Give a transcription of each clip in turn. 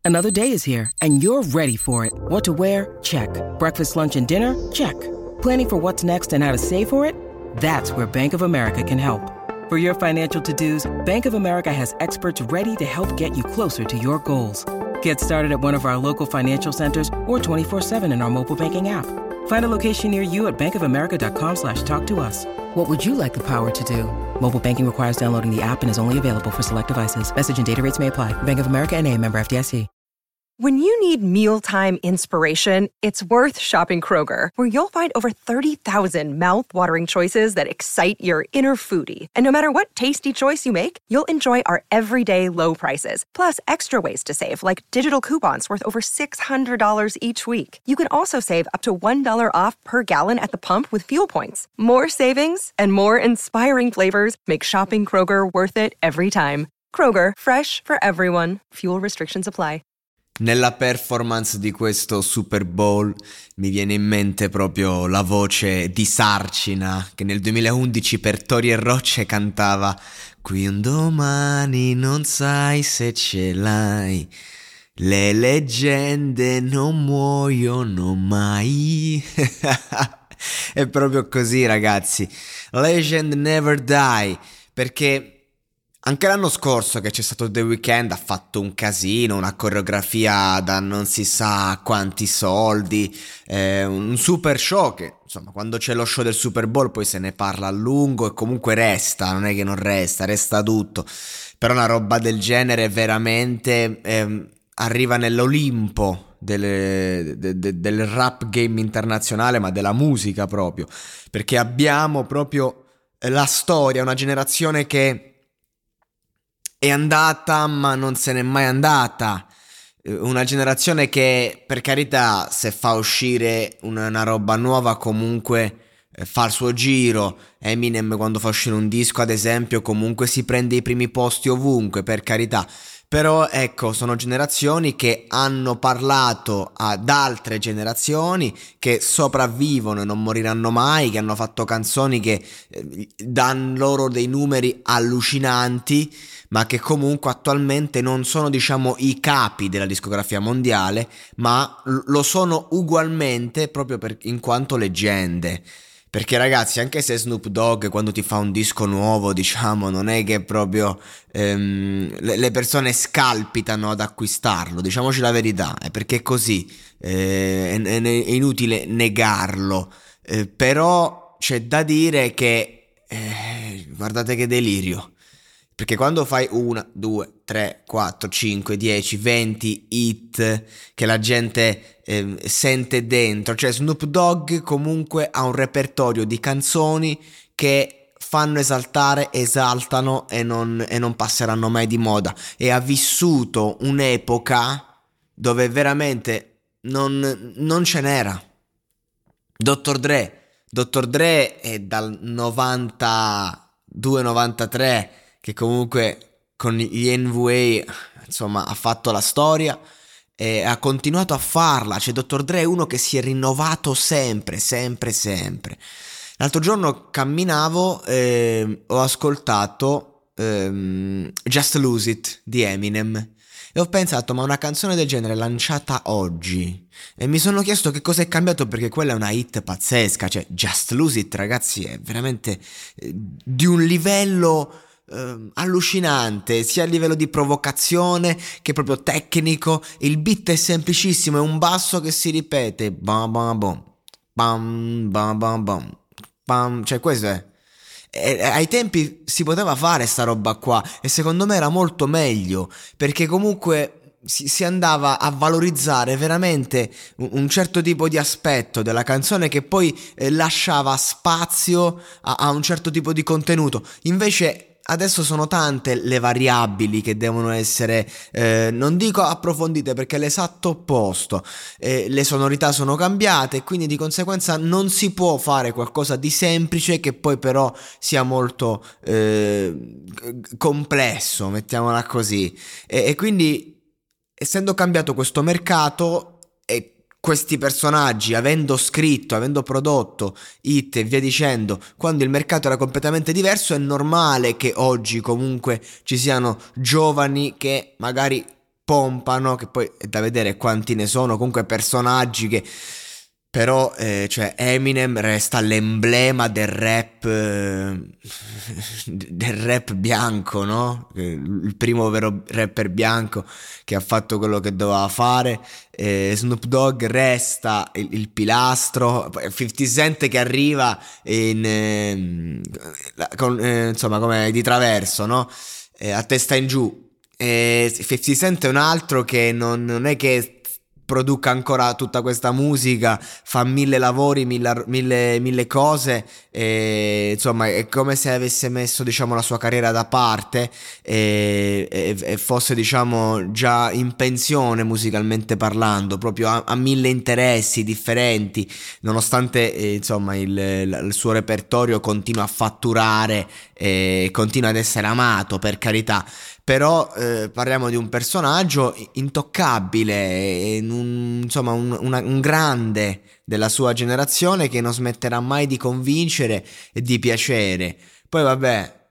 Another day is here, and you're ready for it. What to wear? Check. Breakfast, lunch, and dinner? Check. Planning for what's next and how to save for it? That's where Bank of America can help. For your financial to-dos, Bank of America has experts ready to help get you closer to your goals. Get started at one of our local financial centers or 24/7 in our mobile banking app. Find a location near you at bankofamerica.com/talktous. What would you like the power to do? Mobile banking requires downloading the app and is only available for select devices. Message and data rates may apply. Bank of America N.A., member FDIC. When you need mealtime inspiration, it's worth shopping Kroger, where you'll find over 30,000 mouth-watering choices that excite your inner foodie. And no matter what tasty choice you make, you'll enjoy our everyday low prices, plus extra ways to save, like digital coupons worth over $600 each week. You can also save up to $1 off per gallon at the pump with fuel points. More savings and more inspiring flavors make shopping Kroger worth it every time. Kroger, fresh for everyone. Fuel restrictions apply. Nella performance di questo Super Bowl mi viene in mente proprio la voce di Sarcina, che nel 2011 per Tori e Rocce cantava "Qui un domani non sai se ce l'hai, le leggende non muoiono mai". È proprio così, ragazzi, legend never die, perché anche l'anno scorso che c'è stato The Weeknd ha fatto un casino, una coreografia da non si sa quanti soldi, un super show che, insomma, quando c'è lo show del Super Bowl poi se ne parla a lungo e comunque resta, non è che non resta tutto. Però una roba del genere veramente arriva nell'Olimpo del rap game internazionale, ma della musica proprio, perché abbiamo proprio la storia, una generazione che è andata ma non se n'è mai andata, una generazione che, per carità, se fa uscire una roba nuova comunque fa il suo giro. Eminem quando fa uscire un disco, ad esempio, comunque si prende i primi posti ovunque, per carità. Però ecco, sono generazioni che hanno parlato ad altre generazioni, che sopravvivono e non moriranno mai, che hanno fatto canzoni che danno loro dei numeri allucinanti, ma che comunque attualmente non sono, diciamo, i capi della discografia mondiale, ma lo sono ugualmente proprio in quanto leggende. Perché, ragazzi, anche se Snoop Dogg quando ti fa un disco nuovo, diciamo, non è che proprio le persone scalpitano ad acquistarlo, diciamoci la verità, è perché è così, è inutile negarlo, però c'è da dire che guardate che delirio. Perché quando fai 1, 2, 3, 4, 5, 10, 20 hit che la gente sente dentro, cioè Snoop Dogg comunque ha un repertorio di canzoni che fanno esaltare, esaltano e non passeranno mai di moda, e ha vissuto un'epoca dove veramente non ce n'era. Dr. Dre è dal 92-93 che comunque con gli NWA, insomma, ha fatto la storia e ha continuato a farla. Cioè Dr. Dre è uno che si è rinnovato sempre. L'altro giorno camminavo, ho ascoltato Just Lose It di Eminem e ho pensato, ma una canzone del genere lanciata oggi, e mi sono chiesto che cosa è cambiato, perché quella è una hit pazzesca. Cioè Just Lose It, ragazzi, è veramente di un livello allucinante, sia a livello di provocazione che proprio tecnico. Il beat è semplicissimo, è un basso che si ripete, bam bam bam bam bam bam bam bam, cioè questo è. E ai tempi si poteva fare sta roba qua, e secondo me era molto meglio, perché comunque si andava a valorizzare veramente un certo tipo di aspetto della canzone, che poi lasciava spazio a un certo tipo di contenuto. Invece adesso sono tante le variabili che devono essere, non dico approfondite, perché è l'esatto opposto. Le sonorità sono cambiate, quindi di conseguenza non si può fare qualcosa di semplice che poi però sia molto complesso, mettiamola così. E quindi, essendo cambiato questo mercato e questi personaggi, avendo scritto, avendo prodotto hit e via dicendo, quando il mercato era completamente diverso, è normale che oggi comunque ci siano giovani che magari pompano, che poi è da vedere quanti ne sono, comunque personaggi che però cioè Eminem resta l'emblema del rap bianco, no? Il primo vero rapper bianco che ha fatto quello che doveva fare. Snoop Dogg resta il pilastro. Poi 50 Cent che arriva insomma, come di traverso, no? A testa in giù. 50 Cent è un altro che non è che produca ancora tutta questa musica, fa 1000 lavori, mille cose, insomma è come se avesse messo, diciamo, la sua carriera da parte e fosse, diciamo, già in pensione musicalmente parlando, proprio a 1000 interessi differenti, nonostante insomma il suo repertorio continua a fatturare e continua ad essere amato, per carità. Però parliamo di un personaggio intoccabile, insomma un grande della sua generazione che non smetterà mai di convincere e di piacere. Poi vabbè,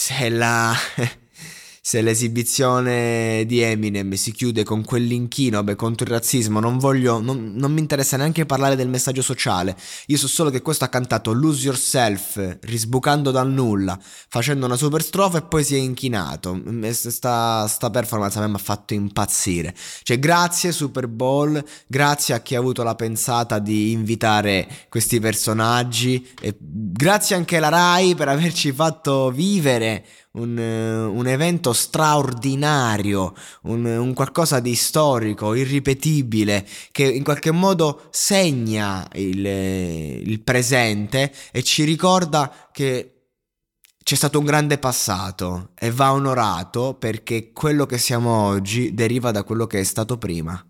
se l'esibizione di Eminem si chiude con quell'inchino, vabbè, contro il razzismo, non mi interessa neanche parlare del messaggio sociale. Io so solo che questo ha cantato Lose Yourself, risbucando dal nulla, facendo una super strofa e poi si è inchinato. Sta performance a me mi ha fatto impazzire. Cioè, grazie Super Bowl, grazie a chi ha avuto la pensata di invitare questi personaggi, e grazie anche alla Rai per averci fatto vivere un evento straordinario, un qualcosa di storico, irripetibile, che in qualche modo segna il presente e ci ricorda che c'è stato un grande passato e va onorato, perché quello che siamo oggi deriva da quello che è stato prima.